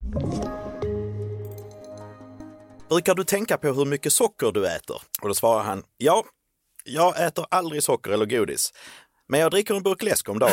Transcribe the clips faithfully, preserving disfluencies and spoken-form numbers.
Brukar du tänka på hur mycket socker du äter? Och då svarar han, ja, jag äter aldrig socker eller godis. Men jag dricker en burk läsk om dagen.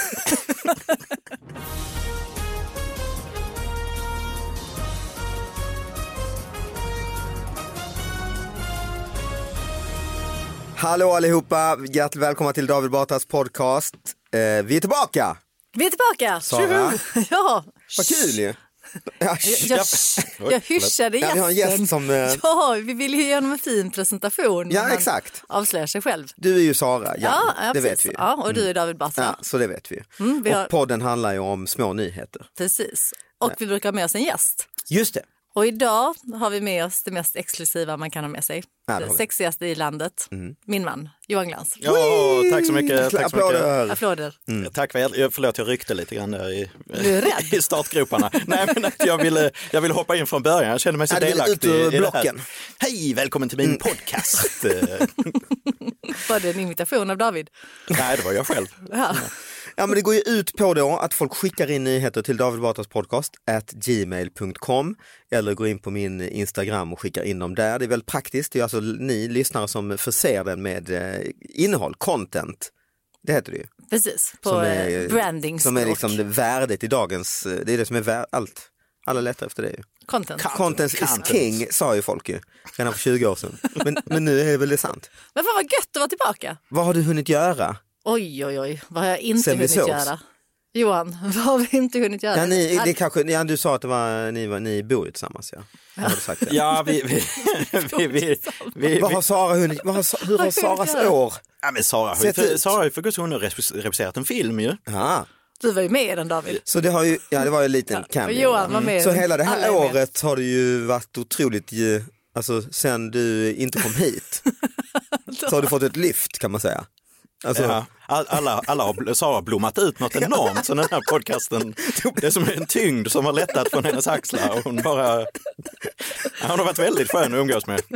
Hallå allihopa, hjärtligt välkomna till David Batras podcast. Eh, vi är tillbaka! Vi är tillbaka! Sara. Ja. Vad kul ju! Ja, Jag, jag, jag hyschade ja, vi har en gästen. gäst som... Eh... Ja, vi vill ju göra en fin presentation. Ja, exakt. Avslöjar sig själv. Du är ju Sara, ja, ja, ja det precis. vet vi. Ja, och du är David Batra. Ja, så det vet vi. Mm, vi har... Och podden handlar ju om små nyheter. Precis. Och vi brukar ha med oss en gäst. Just det. Och idag har vi med oss det mest exklusiva man kan ha med sig. Ja, det sexigaste i landet. Mm. Min man, Johan Glans. Ja, tack så mycket. Tack så mycket. Applåder. Mm. Tack för jag, förlåt, jag ryckte lite grann där i, du är rädd. i startgroparna. Nej, men att jag ville, jag ville hoppa in från början. Jag kände mig så ja, delaktig i, i det här. Hej, välkommen till min mm. podcast. Var det en invitation av David? Nej, det var jag själv. Ja. Ja, men det går ju ut på då att folk skickar in nyheter till David Batras podcast at gmail punkt com eller går in på min Instagram och skickar in dem där. Det är väldigt praktiskt. Det är alltså ni lyssnare som förser den med eh, innehåll, content. Det heter det ju. Precis, på är, branding. Som är liksom det värdet i dagens, det är det som är värd, allt. Alla letar efter det ju. Content. Content is Content. King, sa ju folk ju. Redan för tjugo år sedan. Men, men nu är det väl det sant. Men vad var gött att vara tillbaka. Vad har du hunnit göra? Oj, oj, oj. Vad har jag inte Sen hunnit göra? Johan, vad har vi inte hunnit göra? Ja, ni, det kanske, ja, du sa att det var, ni, var, ni bor ju tillsammans, ja. Ja, har du sagt det? Ja, vi... vi, vi, vi, vi vad har Sara hunnit, vad har, hur har Saras år? Ja, men Sara har ju för, Sara har ju för guds hon har regisserat en film ju. Ja. Du var ju med i den, David. Så det har ju, ja, det var ju en liten ja, cameo. Johan var med. Så hela det här året har det ju varit otroligt, alltså sen du inte kom hit så har du fått ett lyft, kan man säga. Alltså... Ja, alla, alla har Sara blommat ut något enormt, så den här podcasten, det är som en tyngd som har lättat från hennes axlar och hon bara, hon har varit väldigt skön att umgås med.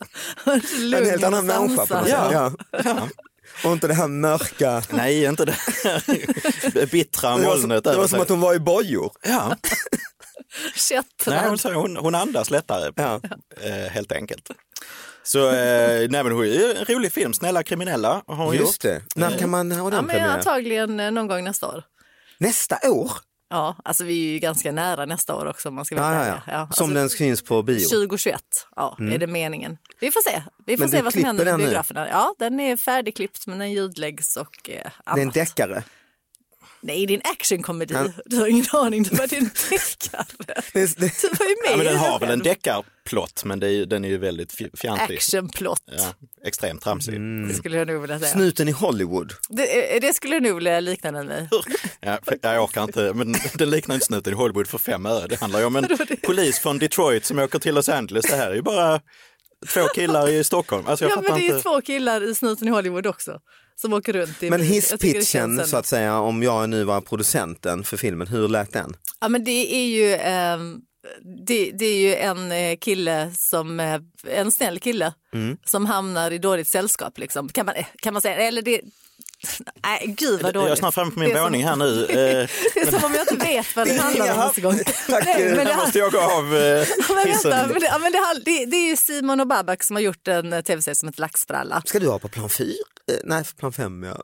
En helt annan människa på något sätt. Ja. Ja. Och inte det här mörka. Nej, inte det här bittra molnet. Det var, det var som att hon var i bojor. Ja. Shit, nej, hon, hon, hon andas lättare, ja. eh, helt enkelt. Så eh, nej, men hon är en rolig film, Snälla kriminella har hon just gjort. det. När kan man ha den ja, men premiär? Antagligen någon gång nästa år. Nästa år? Ja, alltså vi är ju ganska nära nästa år också om man ska veta. Ja, ja, ja. Ja, alltså, som den syns på bio. tjugohundratjugoett, ja, mm. är det meningen. Vi får se. Vi får men se vad som händer med biograferna. Nu? Ja, den är färdigklippt men den ljudläggs och eh, annat. Det är en deckare. Nej, det är en actionkomedi. Ja. Du har ingen aning, det var din deckare. Det, det... Du var ju med. Ja, men den har väl en deckarplott, men det är, den är ju väldigt fjantlig. Actionplott. Ja, extremt tramsig. Mm. Det skulle jag nog vilja säga. Snuten i Hollywood. Det, det skulle jag nog vilja likna den med. Ja, jag orkar inte, men den liknar inte Snuten i Hollywood för fem öre. Det handlar ju om en polis från Detroit som åker till Los Angeles. Det här är ju bara två killar i Stockholm. Alltså, jag ja, men det är inte... ju två killar i Snuten i Hollywood också. Som åker runt i. Men hisspitchen så att säga, om jag nu var producenten för filmen, hur lät den? Ja, men det är ju eh, det, det är ju en kille som eh, en snäll kille mm. som hamnar i dåligt sällskap liksom. Kan man kan man säga, eller det nej, gud vad dåligt. Jag är snart framme på min våning som... här nu. Det är som om jag inte vet vad det handlar om nästa gång. Nej, men det måste jag gå av eh, men vänta, men det, ja, men det, det, det är ju Simon och Babak som har gjort en tv-serie som heter Laxbralla. Ska du ha på plan fyra? Eh, nej, för plan fem, ja.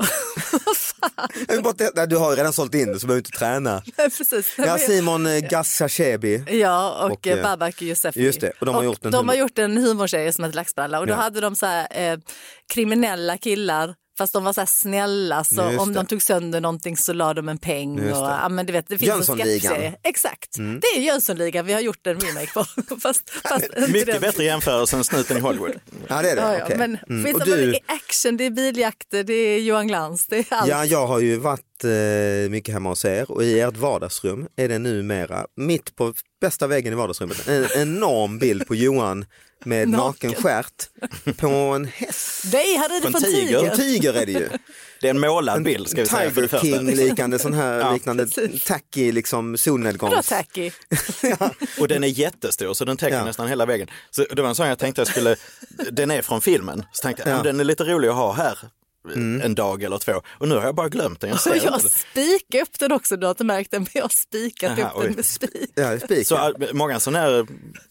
Nej, du har ju redan sålt in det så behöver du inte träna. Nej, precis. Ja, Simon eh, Gassachebi. Ja, och, och eh, Babak Yousefi. Just det, och de har och gjort en de humor. har gjort en humorserie som heter Laxbralla och då ja. hade de så här eh, kriminella killar. Fast de var så här snälla, så om de tog sönder någonting så la de en peng. Och, ja, men du vet, det finns Jönssonligan. En sketchserie. Exakt, mm. det är Jönssonligan vi har gjort en remake på. fast, fast mycket bättre jämförelse än Snuten i Hollywood. Ja, det är det. Ja, ja. Okay. Men mm. och du... det är action, det är biljakter, det är Johan Glans, det är allt. Ja, jag har ju varit eh, mycket hemma hos er och i ert vardagsrum är det numera, mitt på bästa väggen i vardagsrummet, en enorm bild på Johan med naken, naken stjärt på en häst. Det hade det en på en tiger. tiger. En tiger är det ju. Det är en målad bild, ska vi säga, för det första. Tiger King liknande sån här ja, liknande tacky liksom solnedgångs. Vadå tacky? Ja. Och den är jättestor så den täcker ja. nästan hela väggen. Så det var en sån jag tänkte jag skulle, den är från filmen. Så tänkte jag, ja. den är lite rolig att ha här mm. en dag eller två. Och nu har jag bara glömt den. Jag, och jag spikar upp den också, du har inte märkt den, men jag har spikat Aha, upp den med spik. Ja, spik. Så många sådana här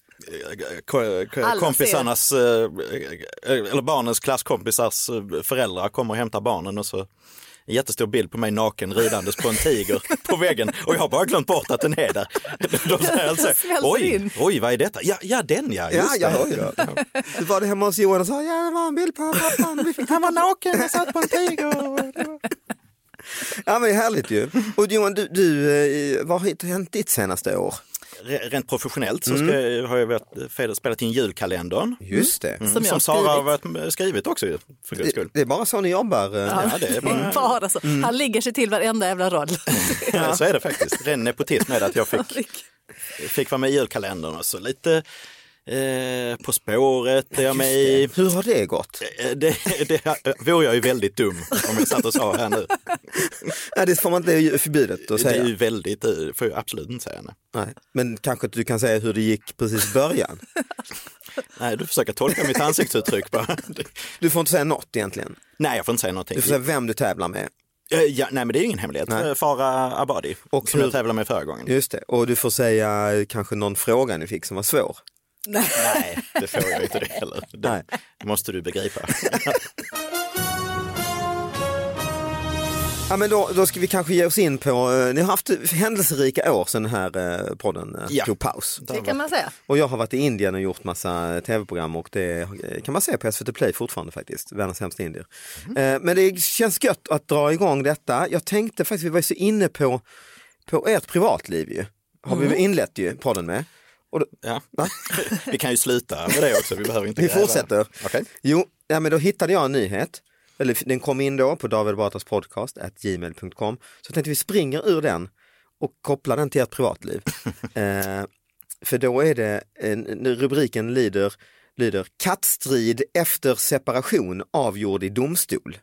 kompisarnas, eller barnens klasskompisars föräldrar kommer och hämtar barnen och så en jättestor bild på mig naken ridandes på en tiger på väggen och jag har bara glömt bort att den är där. De säger alltså, oj, oj, vad är detta? Ja, ja den ja, just ja, det. Ja, ja. Du var det hemma hos Johan och sa, ja, det var en bild på pappan. Han var naken och satt på en tiger. Ja, men härligt ju. Och Johan, du, du vad har hänt ditt senaste år? Rent professionellt så ska, mm. har jag varit, spelat in julkalendern. Just det. Mm. Som, som Sara har varit skrivit också för guds skull. Det, det är bara så ni jobbar. Ja, ja det är bara, bara så. Mm. Han ligger sig till varenda jävla roll. Ja, så är det faktiskt. Ren nepotism med att jag fick, fick vara med i julkalendern och så lite eh, På spåret är jag med i. Hur har det gått? Det, det vore jag ju väldigt dum om jag satt och sa här nu. Nej, det får man inte förbjudet att säga. Det är ju väldigt, det får jag absolut inte säga. Nej. Nej, men kanske du kan säga hur det gick precis i början. Nej, du försöker tolka mitt ansiktsuttryck bara. Du får inte säga något egentligen. Nej, jag får inte säga någonting. Du får säga vem du tävlar med. Ja, nej, men det är ingen hemlighet. Nej. Farah Abadi, och som hur... jag tävlar med förra gången. Just det, och du får säga kanske någon fråga ni fick som var svår. Nej, nej det får jag inte det heller. Det nej. måste du begripa. Ja, men då, då ska vi kanske ge oss in på, ni har haft händelserika år sedan den här eh, podden eh, ja. tog paus. Det kan man säga. Och jag har varit i Indien och gjort massa tv-program och det kan man se på S V T Play fortfarande faktiskt, världens sämsta indier. Mm. Eh, men det känns gött att dra igång detta. Jag tänkte faktiskt, vi var så inne på, på ert privatliv ju. Har mm. vi inlett ju podden med. Och då, ja. Vi kan ju sluta med det också, vi behöver inte Vi gräva. fortsätter. Okay. Jo, ja, men då hittade jag en nyhet. Eller den kom in då på David Batras podcast at gmail punkt com. Så tänkte vi springer ur den och kopplar den till ert privatliv. eh, för då är det, en, rubriken lyder, lyder kattstrid efter separation avgjord i domstol.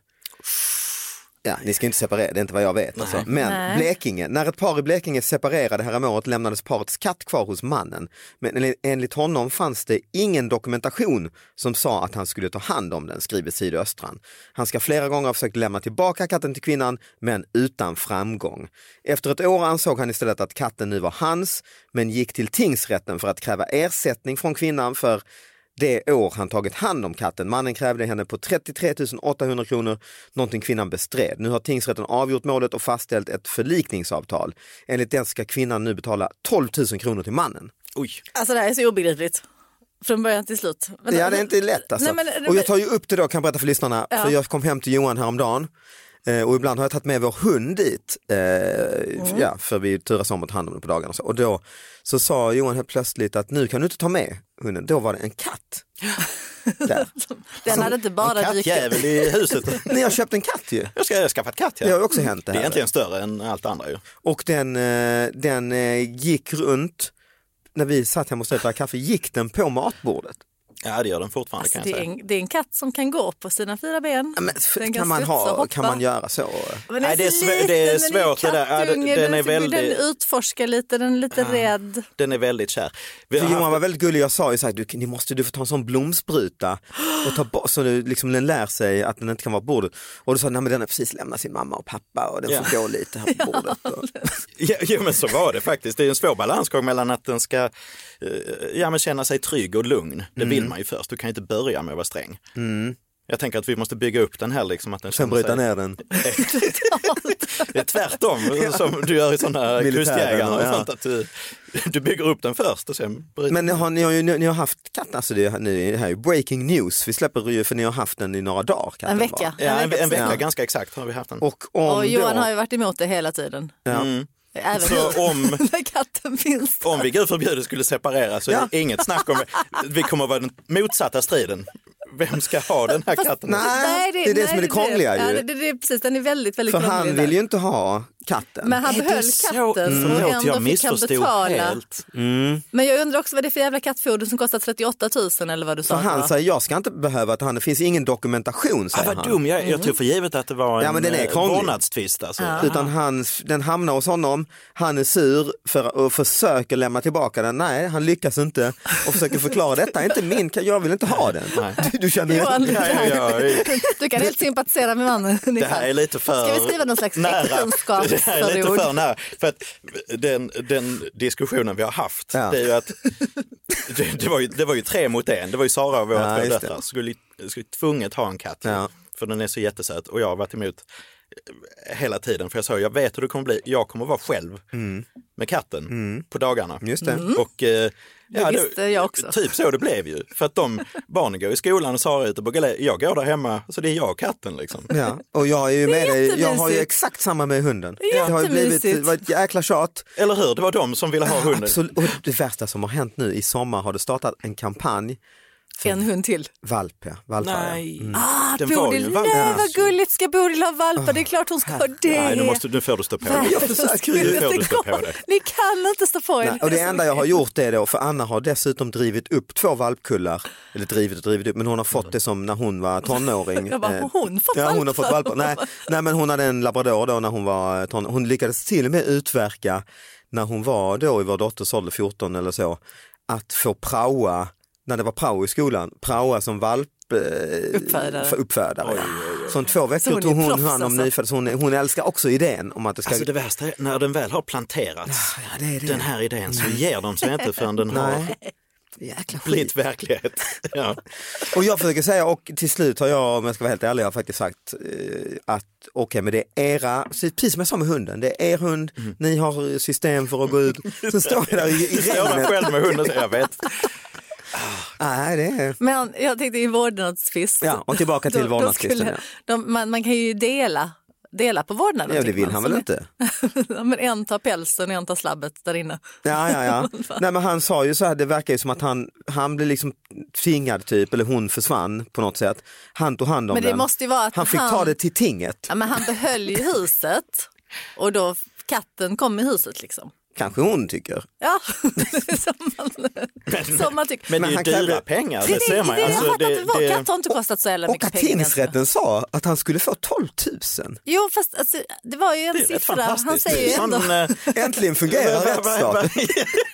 Ja, ni ska inte separera, det är inte vad jag vet. Alltså. Men Nej. Blekinge, när ett par i Blekinge separerade häromåret lämnades parets katt kvar hos mannen. Men enligt honom fanns det ingen dokumentation som sa att han skulle ta hand om den, skriver Sydöstran. Han ska flera gånger ha försökt lämna tillbaka katten till kvinnan, men utan framgång. Efter ett år ansåg han istället att katten nu var hans, men gick till tingsrätten för att kräva ersättning från kvinnan för det år han tagit hand om katten. Mannen krävde henne på trettiotre tusen åttahundra kronor, någonting kvinnan bestred. Nu har tingsrätten avgjort målet och fastställt ett förlikningsavtal. Enligt det ska kvinnan nu betala tolv tusen kronor till mannen. Oj. Alltså det här är så obegripligt. Från början till slut. Men, ja, det är inte lätt alltså. Nej, men, och jag tar ju upp det då, kan jag berätta för lyssnarna. Ja. För jag kom hem till Johan häromdagen. Eh, och ibland har jag tagit med vår hund dit. Eh, mm. Ja, för vi turas om att hand om den på dagarna. Och, så. och då så sa Johan helt plötsligt att nu kan du inte ta med hunden. Då var det en katt. Där. Den hade inte bara en kattjävel i huset. Ni har köpt en katt ju. Jag ska skaffa ett katt. Ja. Det har också hänt det här. Det är egentligen större än allt andra ju. Och den, den gick runt, när vi satt hemma och stötte kaffe, gick den på matbordet. Ja, det gör den fortfarande alltså, kan jag det, är säga. en, det är en katt som kan gå på sina fyra ben. Ja, men, kan, kan, man ha, kan man göra så? Men Nej, det är, svå, det är svårt det där. Ja, den, den är väldigt... Den utforskar lite, den är lite ja, rädd. Den är väldigt kär. För Johan haft... var väldigt gullig, jag sa ju så här, du, ni måste du får ta en sån blomspruta och ta bort, så du, liksom, den lär sig att den inte kan vara på bordet. Och du sa, nej men den har precis lämnat sin mamma och pappa och den får ja. gå lite här på bordet. Och... ja, jo, men så var det faktiskt. Det är en svår balansgång mellan att den ska ja, men känna sig trygg och lugn. Det mm. vill man ju först. Du kan inte börja med att vara sträng. Mm. Jag tänker att vi måste bygga upp den här liksom, att den sen bryta sig... ner den. Det är tvärtom ja. som du gör i sådana kustjägare. Ja. Att du, du bygger upp den först och sen bryter. Men ni har, ni har, ju, ni har haft katten, alltså det, det här är breaking news. Vi släpper ju för ni har haft den i några dagar. En vecka. Ja, en, en vecka ja. ganska exakt har vi haft den. Och, om och Johan då... har ju varit emot det hela tiden. Ja. Mm. Även så om, när katten finns där. Om vi gud förbjuder skulle separera så är det ja. inget snack om vi kommer att vara den motsatta striden. Vem ska ha den här katten? Nej, det är det, det, som är det krångliga ju. Ja, det, det, det är precis, den är väldigt, väldigt för krånglig. För han vill ju inte ha katten. Men han Är det behöll så? katten Mm. och Förlåt, ändå jag fick han missförstod betala. helt. Mm. Men jag undrar också vad det är för jävla kattfoder som kostar trettioåtta tusen eller vad du Så sa. han va? säger, jag ska inte behöva att han, det finns ingen dokumentation, Ah, säger vad han. dum, jag, jag tog för givet att det var en Ja, men den är eh, krånglig. vårdnadstvist. Alltså. Ja. Utan han, den hamnar hos honom, han är sur för, och försöker lämna tillbaka den. Nej, han lyckas inte och försöker förklara, detta är inte min, jag vill inte ha den. Nej. Du, du känner Johan, igen? Ja, ja, ja. Du kan helt sympatisera med mannen. Det här är lite för Ska vi skriva någon slags nära. Det här är lite äktenskapsförord? för nära. För att den, den diskussionen vi har haft, Ja. det är ju att det, det, var ju, det var ju tre mot en. Det var ju Sara och våra Ja, två just döttrar. det. Skulle, skulle tvunget ha en katt. Ja. För den är så jättesöt. Och jag har varit emot hela tiden. För jag sa, jag vet hur det kommer bli. Jag kommer vara själv Mm. med katten Mm. på dagarna. Just det. Och eh, ja, Det visste jag också. typ så det blev ju. För att de barnen går i skolan och Sara är ute på galej. Jag går där hemma, så det är jag och katten liksom. Ja, och jag är ju med dig, jag har ju jättemysigt. exakt samma med hunden. Det är Det har ju blivit, jättemysigt. det var ett jäkla tjat. Eller hur? Det var de som ville ha hunden. Absolut. Och det värsta som har hänt nu i sommar har det startat en kampanj. En hund till. Valp, ja. Valpar, ja. Nej. Mm. Ah, Den var ju Bodil, en valp. nej Alltså. vad gulligt, ska Bodil ha valpar? Det är klart hon ska ha det. Nej, nu, måste, nu får du stå på dig. Jag försöker ju. Nu får du Det stå på går- dig. Ni kan inte stå på er. Nej, och det enda jag har gjort är då, för Anna har dessutom drivit upp två valpkullar, eller drivit och drivit upp, men hon har fått det som när hon var tonåring. Jag bara, Eh, hon fått Ja, hon har valpar. fått valpar. Nej, nej, men hon hade en labrador då när hon var tonåring. Hon lyckades till och med utverka, när hon var då i vår dotters ålder fjorton eller så, att få praoa, när det var prao i skolan, praoa som valp Uppfödare. för uppfödare. Oj, Ja. oj, oj. Så om två Så veckor hon är tog hon proffs, hand om alltså. nyfödda, så hon, hon älskar också idén om att det ska... Alltså det värsta är, när den väl har planterats, ja, det är det. den här idén, så ger de sig inte förrän den har Nej. Jäkla skit. blivit verklighet. Ja. Och jag försöker säga, och till slut har jag, om jag ska vara helt ärlig, jag har faktiskt sagt eh, att okej, okay, men det är era, precis som jag sa med hunden, det är er hund, Mm. ni har system för att gå ut. Sen står jag där i, i Du står där regnet. själv med hunden, så jag vet. Nej, det är... Men jag tänkte i vårdnadstvist. Ja, och tillbaka till Då- då vårdnadstvisten, skulle de, man, man kan ju dela, dela på vårdnaden. Ja, det tycker vill man. han Så väl det- inte? Ja, men en tar pälsen och en tar slabbet där inne. Ja, ja, ja. Nej, men han sa ju så här, det verkar ju som att han, han blev liksom tvingad typ, eller hon försvann på något sätt. Han tog hand om Men det den. måste ju vara att han fick ta det till tinget. Ja, men han behöll ju huset och då katten kom i huset liksom. Kanske hon tycker. Ja, som man, som man tycker. Men det är ju han dyra kräver- pengar, Det, det ser man. det, Alltså, jag fattar det, att vår det, katt har inte kostat så jävla Och mycket att pengar. tingsrätten sa att han skulle få tolv tusen. Jo, fast alltså, det var ju en det är rätt siffra. Han fantastiskt. säger ju Sån, ändå... eh, Äntligen fungerar va- va- va- rättsstaten.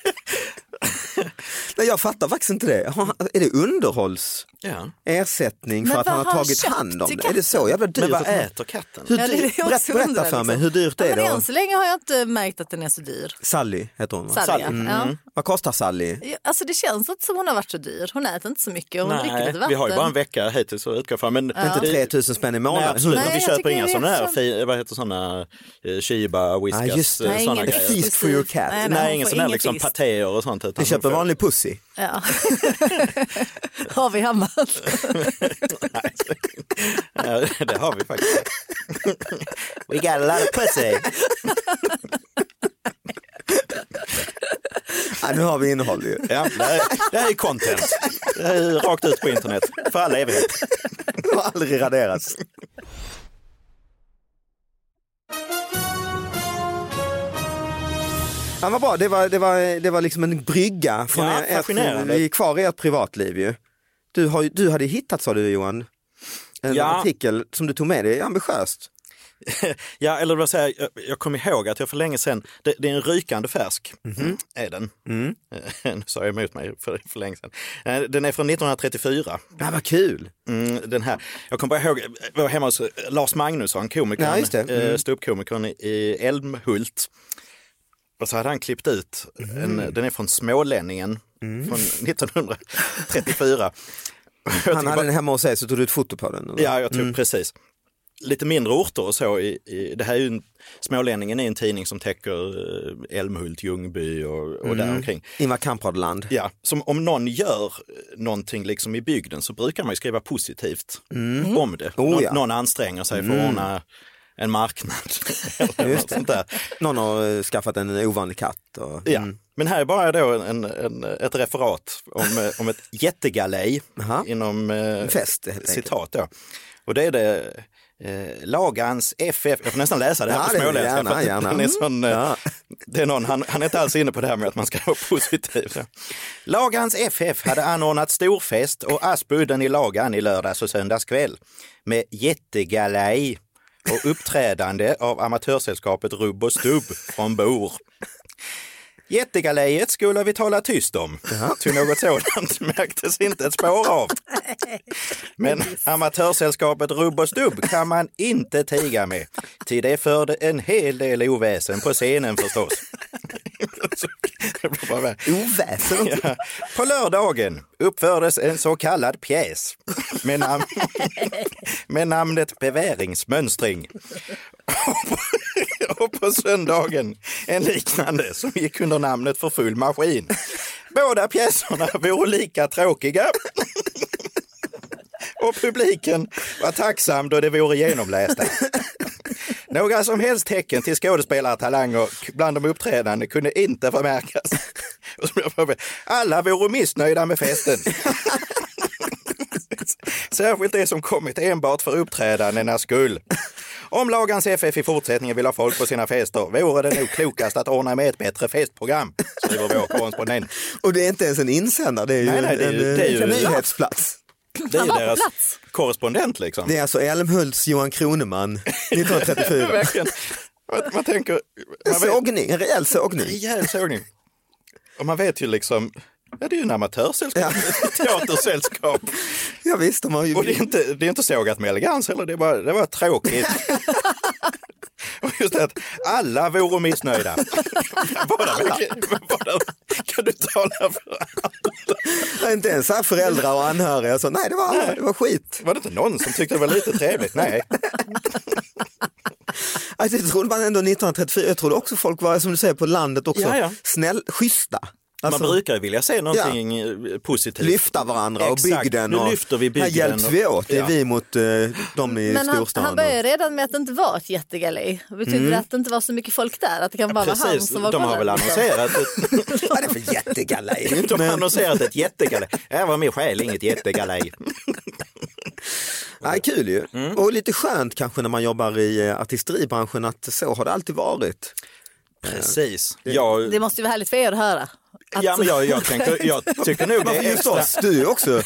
Nej, jag fattar faktiskt inte det. Har han- Är det underhålls? ja. Ersättning Men för att vad han har har han tagit köpt hand om till det? Är det så jävla dyrt? Men vad att man- äter katten? Hur Ja, det är dyrt? det jag Berätta, också berätta undrar, för mig, liksom. hur dyrt Ja, är men det? än så länge har jag inte märkt att den är så dyr. Sally heter hon va? Sally, ja. Mm. Ja. Vad kostar Sally? Ja, alltså det känns inte som hon har varit så dyr. Hon äter inte så mycket och hon dricker lite Nej, vatten. vi har ju bara en vecka hittills att utgå från. Men Inte tre tusen spänn i Nej, månaden? absolut. Nej, vi jag köper tycker inga det är sådana här, så- fi, vad heter sådana, eh, Shiba, Whiskas, Ja, just det. Nej, sådana ingen grejer. feast for your cat. Nej, Nej, hon ingen får sån här ingen liksom feast. patéer och sånt. Utan Vi köper hon får- vanlig pussy. Ja. har vi hemma. Nej, ja, det har vi faktiskt. We got a lot of pussy. Ja, nu har vi innehåll ju. Ja, det, här, det här är content. Det här är rakt ut på internet för all evighet. Det har aldrig raderats. Ja, vad bra, det var, det, var, det var liksom en brygga från Ja, er, fascinerande. vi är kvar i ert privatliv ju. Du, har, ju- du hade hittat, sa du Johan, en Ja. artikel som du tog med dig, ambitiöst. Ja, eller vad säger jag, jag kommer ihåg att jag för länge sedan, det, det är en rykande färsk, Mhm. är den. Mm. Nu sa jag emot mig för, för länge sedan. Eh, Den är från nittonhundratrettiofyra. Ja, vad kul. Mm, den här. Jag kommer bara ihåg, jag var hemma hos Lars Magnusson, komikern, Ja, just det. Mm. eh, ståuppkomikern i Älmhult. Och så hade han klippt ut, Mm. en, den är från Smålänningen från nittonhundratrettiofyra. Jag Han tycker hade bara- den hemma hos sig, så tog du ett foto på den? Eller? Ja, jag tror precis. Lite mindre orter och så. I, i, det här är ju en, Smålänningen är en tidning som täcker eh, Älmhult, Ljungby och, och där omkring. Ingvar Kamprad-land. Ja, som om någon gör någonting liksom i bygden så brukar man ju skriva positivt om det. Oh, Nå, ja. Någon anstränger sig för att ordna en marknad. eller Just något sånt där. Någon har eh, skaffat en ovanlig katt. Och, Ja. mm. Men här är bara då en, en, ett referat om, eh, om ett jättegalej Aha. inom eh, En fest, helt enkelt. citat. Då. Och det är det Eh, Lagans F F, jag får nästan läsa det här Ja, på det är småländska. gärna, för att gärna. den är sån, eh, Ja. det är någon, han, han är inte alls inne på det här med att man ska vara positiv. Så. Lagans F F hade anordnat storfest och Aspudden i Lagan i lördags och söndagskväll med jättegalej och uppträdande av amatörsällskapet Rubb och Stubb från Bor. Jättegalejet skulle vi tala tyst om. Till något sådant märktes inte ett spår av. Men amatörsällskapet Rubb och Stubb kan man inte tiga med. Till det förde en hel del oväsen på scenen förstås. Oväsen. Ja. På lördagen uppfördes en så kallad pjäs med, nam- med namnet Beväringsmönstring. Och på söndagen en liknande som gick under namnet För full maskin. Båda pjäserna vore lika tråkiga. Och publiken var tacksam då det vore genomlästa. Några som helst tecken till skådespelartalanger bland de uppträdande kunde inte förmärkas. Alla vore missnöjda med festen. Särskilt det som kommit enbart för uppträdandenas skull. Om Lagans F F i fortsättningen vill ha folk på sina fester vore det nog klokast att ordna med ett bättre festprogram, skriver vår korrespondent. Och det är inte ens en insändare, det är ju Nej, nej, det är ju- en, det är ju- en nyhetsplats. Det är Han ju var på deras plats. korrespondent liksom. Det är alltså Älmhults Johan Kroneman nittonhundratrettiofyra. Verkligen. Man, man tänker... En Man vet, sågning, en rejäl sågning. rejäl sågning. Och man vet ju liksom... Ja, det är ju en amatörsällskap, Ja. ett teatersällskap. Ja, visst, de har ju... Och det är inte, det är inte sågat med elegans heller, det är bara, det var tråkigt. Och just det att alla vore missnöjda. Bara, bara, kan du tala för alla? Inte ens här föräldrar och anhöriga. Så, nej, det var, det var skit. Var det inte någon som tyckte det var lite trevligt? Nej. Alltså, jag trodde man ändå nittonhundratrettiofyra, jag trodde också folk var, som du säger, på landet också, Ja, ja. snäll, schyssta. Alltså, Man brukar ju vilja se någonting ja. positivt. Lyfta varandra och Exakt. bygden. Nu Och lyfter vi här bygden. hjälps och, vi åt, det är ja. vi mot uh, dem i Men han, storstan. han började redan med att det inte var ett jättegalej. Det betyder Mm. att det inte var så mycket folk där. Att det kan bara vara han Precis, som var de har väl kollad, liksom. annonserat ett, Vad är det för jättegalej? de har annonserat ett jättegalej. Jag var med själv, inget jättegalej. Nej, kul ju. Mm. Och lite skönt kanske när man jobbar i uh, artisteribranschen att så har det alltid varit. Precis. Jag, Det måste ju vara härligt för er att höra. Att, ja, men jag, jag, tänker, jag tycker nog det Varför är just extra... oss? Du är också.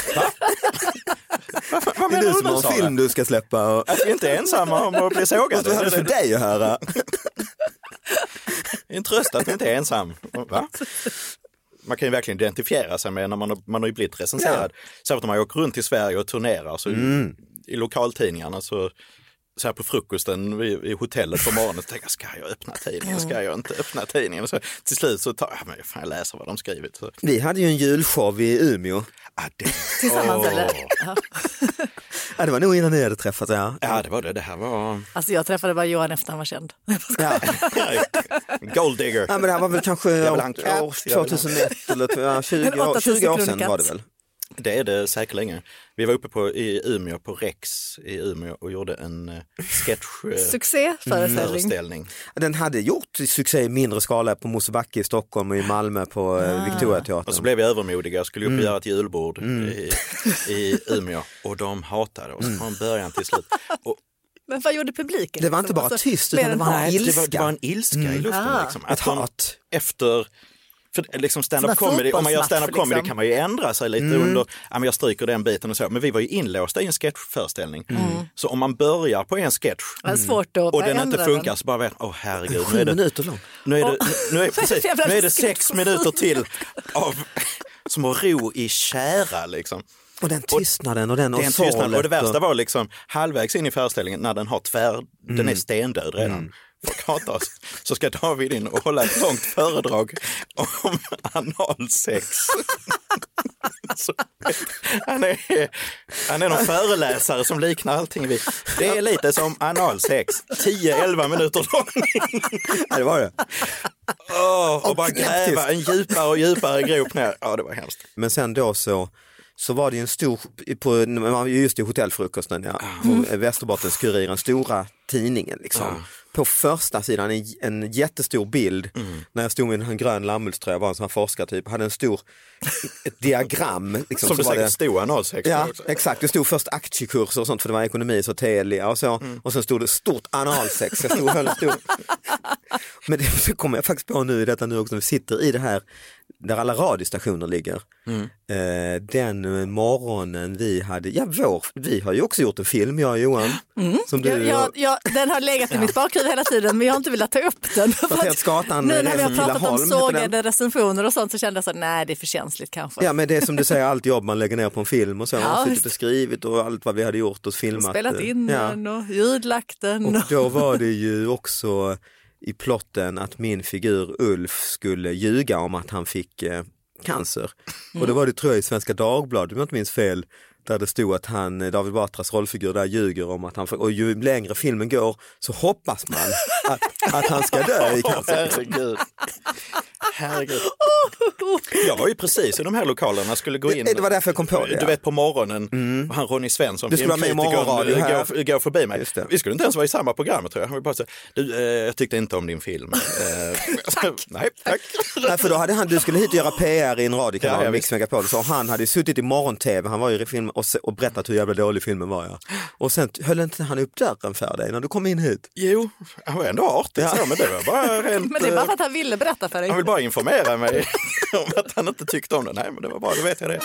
Vad Det är menar du du som nu, har en Sara? film du ska släppa. Och... Att vi inte är ensamma om att bli sågade. Vad är det för dig att höra? Det är en tröst att vi inte är ensam. Va? Man kan ju verkligen identifiera sig med när man har, man har ju blivit recenserad. Ja. Särskilt om man åker runt i Sverige och turnerar. Så mm. I lokaltidningarna så, så här på frukosten i, i hotellet på morgonen så tänker jag, ska jag öppna tidningen? Ska jag inte öppna tidningen? Så till slut så tar jag, men fan, jag läser vad de skrivit. Så. Vi hade ju en julshow i Umeå. Ah, det... Tillsammans oh. eller? Ja. Ja, det var nog innan ni hade träffat, ja. Ja, det var det. Det här var... Alltså jag träffade bara Johan efter han var känd. Ja. Gold digger. Ja, men det här var väl kanske vill år, ha en katt, år jag vill ha- tjugohundraett eller ja, tjugo, år, tjugo år sedan var det väl? Det är det säkerligen. Vi var uppe på, i Umeå på Rex i Umeå och gjorde en uh, sketch uh, Succéföreställning. föreställning. Den hade gjort succé i mindre skala på Mosebacke i Stockholm och i Malmö på ah. Victoriateatern. Och så blev vi övermodiga och skulle upp och Mm. göra ett julbord Mm. i, i Umeå och de hatade oss från början till slut. Och, Men vad gjorde publiken? Det var inte bara Alltså, tyst mer utan det än var en hat. ilska. det, var, det var en ilska i luften. Ah. Liksom, Ett de, hat. efter... För liksom stand-up Som en comedy, om man gör fotbollsmatch, stand-up comedy liksom. kan man ju ändra sig lite Mm. under, ja men jag stryker den biten och så, men vi var ju inlåsta i en sketchföreställning. Mm. Så om man börjar på en sketch Det var svårt att och den ändra inte funkar så bara vet, åh herregud, nu Sju är det, minuter lång. nu är det, nu är, precis, Jävla nu är det sketch. sex minuter till av, som att ro i kära liksom. Och den tystnaden och den Det är en och tystnad. sorlet Och det värsta var liksom halvvägs in i föreställningen när den har tvär, den är stendöd redan. Mm. Folk hatar oss. Så ska David in och hålla ett långt föredrag om analsex. Så, han, är, han är någon föreläsare som liknar allting vid. Det är lite som analsex. tio elva minuter lång. Ja, det var det. Oh, och bara gräva en djupare och djupare grop ner. Ja, det var hemskt. Men sen då så så var det en stor, på, just i hotellfrukosten, ja, mm. Västerbottens-Kuriren, stora tidningen liksom. Mm. På första sidan en, en jättestor bild mm. när jag stod med en grön lammullströja, var en sån här forskartyp, hade en stor ett diagram. Liksom, som så det säkert det, stod analsex. Ja, exakt. Det stod först aktiekurser och sånt för det var ekonomi så Telia och så. Mm. Och sen stod det stort analsex. Jag stod och höll stor. Men det kommer jag faktiskt på nu i detta nu också. Vi sitter i det här där alla radiostationer ligger. Mm. Eh, den morgonen vi hade, ja vår, vi har ju också gjort en film, jag och Johan. Mm. Som du, ja, ja, ja, den har legat i mitt bakhuvud hela tiden men jag har inte velat ta upp den. Skatan, nu när vi har pratat om sågade recensioner och sånt så kände jag så nej det är för känsligt kanske. Ja men det är som du säger, allt jobb man lägger ner på en film och så. Ja, suttit och skrivit och allt vad vi hade gjort och filmat. Och spelat in ja. den och ljudlagt den. Och då var det ju också i plotten att min figur Ulf skulle ljuga om att han fick eh, cancer. Mm. Och då var det tror jag i Svenska Dagbladet, om jag inte minns fel, där det stod att han, David Batras rollfigur där ljuger om att han får, och ju längre filmen går så hoppas man att, att han ska dö i cancer. Herregud. Herregud. Jag var ju precis i de här lokalerna, skulle gå in. Det, det var därför jag kom på det. Du ja. vet på morgonen, mm. han Ronny Svensson, du skulle vara med i morgonradio här. Går, går förbi mig. Vi skulle inte ens vara i samma program tror jag. Han var bara så, du, eh, jag tyckte inte om din film. tack. Nej, tack. Nej, för då hade han, du skulle hit och göra P R i en radiokanal, ja, Mix Megapol, så han hade suttit i morgon-tv, han var ju i film och, och berättat hur jävla dålig filmen var. Ja. Och sen höll inte han upp dörren för dig när du kom in hit? Jo, han var ändå artigt, ja. så, men det var bara rent, men det är bara för att han ville berätta för dig. Han vill bara informera mig om att han inte tyckte om det. Nej, men det var bra, då vet jag det.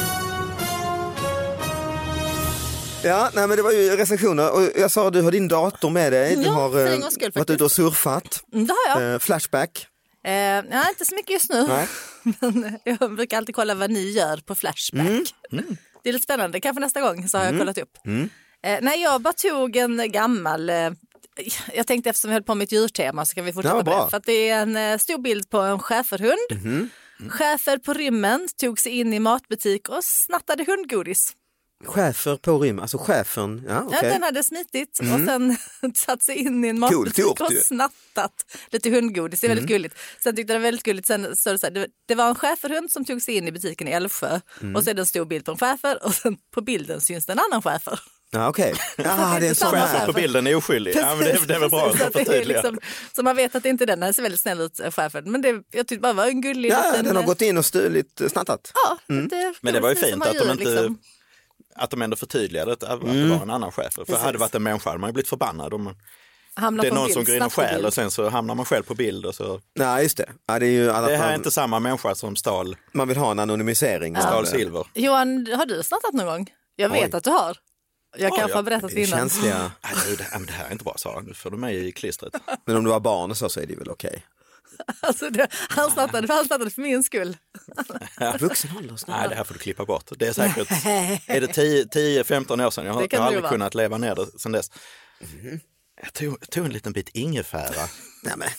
Ja, nej men det var ju recensioner och jag sa att du har din dator med dig. Du ja, har eh, skull, varit ute och surfat. Mm, det har jag. Eh, flashback. Eh, ja, inte så mycket just nu. Nej. Men jag brukar alltid kolla vad ni gör på Flashback. Mm. Mm. Det är lite spännande, kanske nästa gång så har jag mm. kollat upp. Mm. Eh, nej, jag bara tog en gammal... Eh, jag tänkte eftersom vi höll på med ett djurtema så kan vi fortsätta på det. För att det är en eh, stor bild på en schäferhund. Mm. Mm. Schäfer på rymmen tog sig in i matbutik och snattade hundgodis. Schäfer på rym, alltså schäfern, ja, okay. Ja, den hade smitit mm. och sen satt sig in i en matbutik cool, och snattat lite hundgodis. Det är väldigt mm. gulligt. Sen tyckte jag det var väldigt gulligt. Sen så det, så här, det, det var en schäferhund som tog sig in i butiken i Älvsjö mm. och så är det en stor bild på en schäfer och sen på bilden syns det en annan schäfer. Ja, okej. Okay. Ja, det är en sån här. På bilden är oskyldig. Ja, men det, det är väl bra att förtydliga. Liksom, så man vet att det inte är den. Den ser väldigt snäll ut, schäfern. Men det, jag tyckte bara var en gullig ja, liten... den har gått in och stulit, snattat. Ja, mm. det, men det var ju fint att de inte... Liksom. Att de ändå förtydligade att, att mm. det var en annan chef. För Precis. hade det varit en människa hade man blivit förbannad. Om man, det är någon bild, som går in och skäl och sen så hamnar man själv på bild. Och så. Nej, just det. Ja, det är ju alla det här fall... är inte samma människa som stal. Man vill ha en anonymisering. Ja. Stal silver. Johan, har du snattat någon gång? Jag vet Oj. att du har. Jag kanske har berättat innan. Känsliga... Nej, det, det här är inte bra, Sara. Nu får du mig i klistret. Men om du var barn och så, så är det väl okej. Okay. Alltså det, han snattade för han snattade för min skull. Ja. Vuxen ålder. Nej, det här får du klippa bort. Det är säkert, är det tio femton år sedan? Jag har, jag har aldrig vara. kunnat leva ner det sedan dess. Mm. Jag tog, jag tog en liten bit ingefära. Nej, men.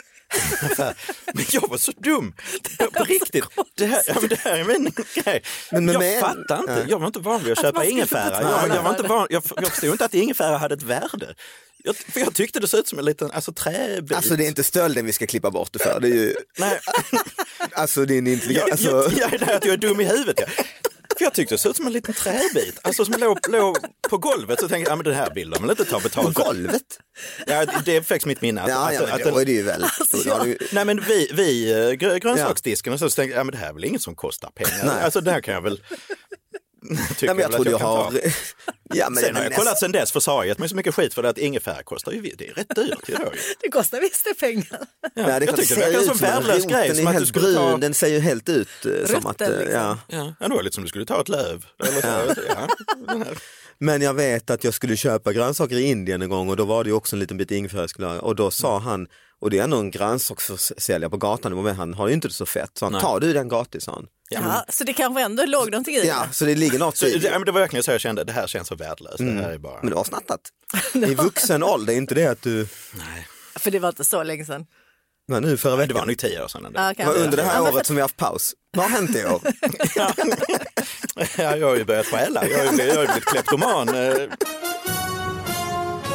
Men jag var så dum. Det på riktigt. Det här, ja, men det här är min grej. Men, men, jag men, fattar inte. Ja. Jag var inte van vid att köpa att ingefära. Jag, jag, var inte van, jag, jag förstod inte att ingefära hade ett värde. Jag, för jag tyckte det såg ut som en liten alltså, träbit. Alltså det är inte stölden vi ska klippa bort det för. Det är ju... Nej. Alltså din intelligens. Alltså... Jag, jag, jag, jag, jag är dum i huvudet. Ja. För jag tyckte det såg ut som en liten träbit. Alltså som låg, låg på golvet så tänkte jag, ja men den här bilden vill inte ta betalt. På golvet? Ja, det är faktiskt mitt minne. Att, ja, ja, att, men att, då är det ju väl. Alltså, ja. du... Nej men vi, vi grönsaksdisken och så tänkte jag, ja men det här är väl inget som kostar pengar. Nej. Alltså det här kan jag väl... Ja, men jag, jag tror jag har... Ja, men sen har jag näst... kollat sen dess för så har jag gett mig så mycket skit för det att ingefära kostar ju, det är rätt dyrt. Ju. Det kostar visst det pengar. Ja, ja, det jag tycker det är som värdelös grej. Den är helt brun, ta... den ser ju helt ut Rutten, som att... Liksom. Ja, ja. ja, det var lite som du skulle ta ett löv. Eller så. Ja. Ja. Men jag vet att jag skulle köpa grönsaker i Indien en gång och då var det ju också en liten bit ingefära och då sa han, och det är ändå en grönsaksförsäljare på gatan, men han har ju inte det så fett, så han, tar du den gratis, han. Ja, mm. Så det kanske ändå låg någonting i ja, så det ligger något så, i det. Det var verkligen så jag kände, det här känns så värdelöst. Mm. Det här är bara... Men du har snattat. I vuxen ålder, är inte det att du... Nej. För det var inte så länge sedan. Men nu förra veckan. Det var nog tio år sedan. Ja, det var under det här ja, året för... som vi har haft paus. Vad har hänt i år? ja. ja, jag har ju börjat stjäla. Jag har ju blivit, blivit kleptoman.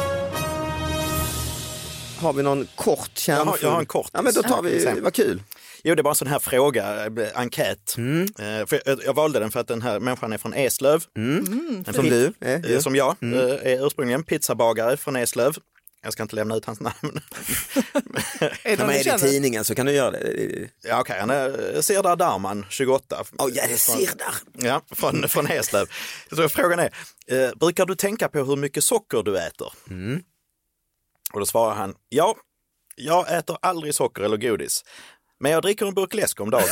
Har vi någon kort kärnfråga? Jag har, jag har en kort. Ja, men då tar vi, vad kul. Jo, det var en sån här fråga, eh, enkät. Mm. Eh, för jag, jag valde den för att den här människan är från Eslöv. Mm. Mm. Som pit- du är. Eh, som jag mm. eh, är ursprungligen pizzabagare från Eslöv. Jag ska inte lämna ut hans namn. Är de med i tidningen så kan du göra det. Ja, okej. Okay. Han är Sirdar Darman, tjugoåtta. Åh, oh, ja, det är Sirdar. Ja, från, från Eslöv. Så frågan är, eh, brukar du tänka på hur mycket socker du äter? Mm. Och då svarar han, ja, jag äter aldrig socker eller godis. Men jag dricker en burk läsk om dagen.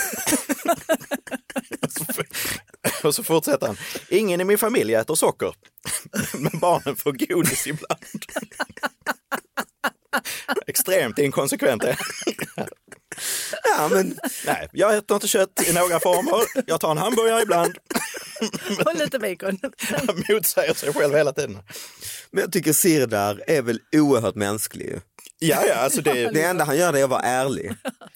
Och så fortsätter han, ingen i min familj äter socker. Men barnen får godis ibland. Extremt inkonsekvent är ja, men... Nej, jag äter inte kött i några former. Jag tar en hamburgare ibland. Och lite bacon. Han motsäger sig själv hela tiden. Men jag tycker Sirdar är väl oerhört mänsklig. Ja, ja, alltså det... det enda han gör det är att vara ärlig.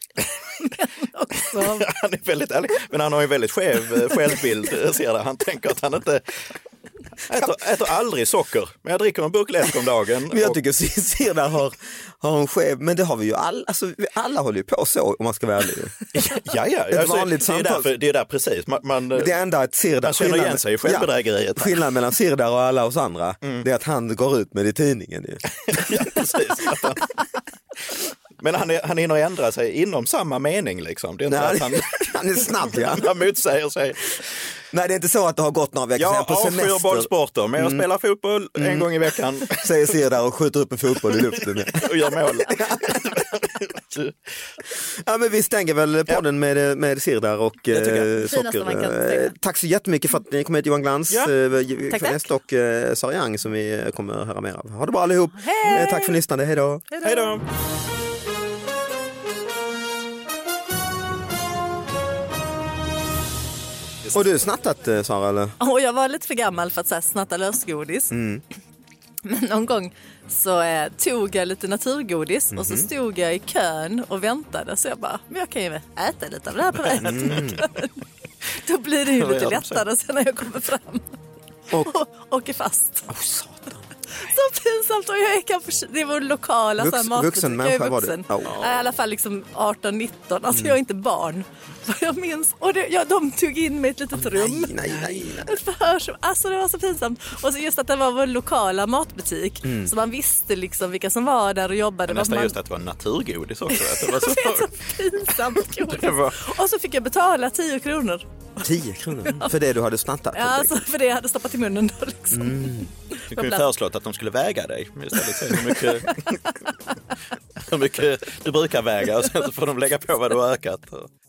Han är väldigt ärlig, men han har ju väldigt skev självbild. Ser han tänker att han inte äter, äter aldrig socker, men jag dricker en burk läsk om dagen. Men jag och... tycker Sirdar har, har en skev, men det har vi ju alla, alltså, alla håller ju på så om man ska vara ärlig. Ja, ja, ja. Ett alltså, vanligt det, är därför, det är där precis. Man, man, det enda att Sirdar, man känner igen sig i självbedrägeriet. Ja, skillnaden mellan Sirdar och alla oss andra, mm. det är att han går ut med det i tidningen. Ju. Ja, precis. Han... Men han, är, han hinner ändra sig inom samma mening liksom. Det är inte Nej, att han, han är snabb, ja. Han motsäger sig. Nej, det är inte så att det har gått några veckor jag sedan på semester. Jag avskyr bollsporter, men jag mm. spelar fotboll en mm. gång i veckan. Säger Sirdar och skjuter upp en fotboll i luften. Och gör mål. Ja, men vi stänger väl podden ja. med, med Sirdar och eh, socker. Tack så jättemycket för att ni kom hit, Johan Glans, ja. eh, tack, och eh, Sara Young som vi kommer höra mer av. Ha det bra allihop. Hej. Eh, tack för lyssnande, hej då. Hej då. Och du snattat, Sara, eller? Och jag var lite för gammal för att så här, snatta lösgodis. Mm. Men någon gång så eh, tog jag lite naturgodis mm-hmm. och så stod jag i kön och väntade. Så jag bara, men jag kan ju äta lite av det här på vägen. Mm. Då blir det ju lite lättare sen när jag kommer fram. Och, och åker fast. Oh, satan. Så pinsamt. Och jag är kanske, det var lokala Vux, vuxen människa var det. Oh. I alla fall liksom arton nitton. Alltså mm. jag är inte barn. Jag minns. Och det, ja, de tog in mig i ett litet oh, rum. Nej, nej, nej, nej. Ett förhör som, alltså det var så pinsamt. Och så just att det var vår lokala matbutik. Mm. Så man visste liksom vilka som var där och jobbade. Nästan man... just att det var naturgodis också. Att det var så, det var så pinsamt godis. Var... Och så fick jag betala tio kronor. tio kronor? Ja. För det du hade snattat? Ja, alltså för det jag hade stoppat i munnen då liksom. Mm. Du kunde föreslått att de skulle väga dig istället. Hur mycket, hur mycket du brukar väga och sen så får de lägga på vad du har ökat.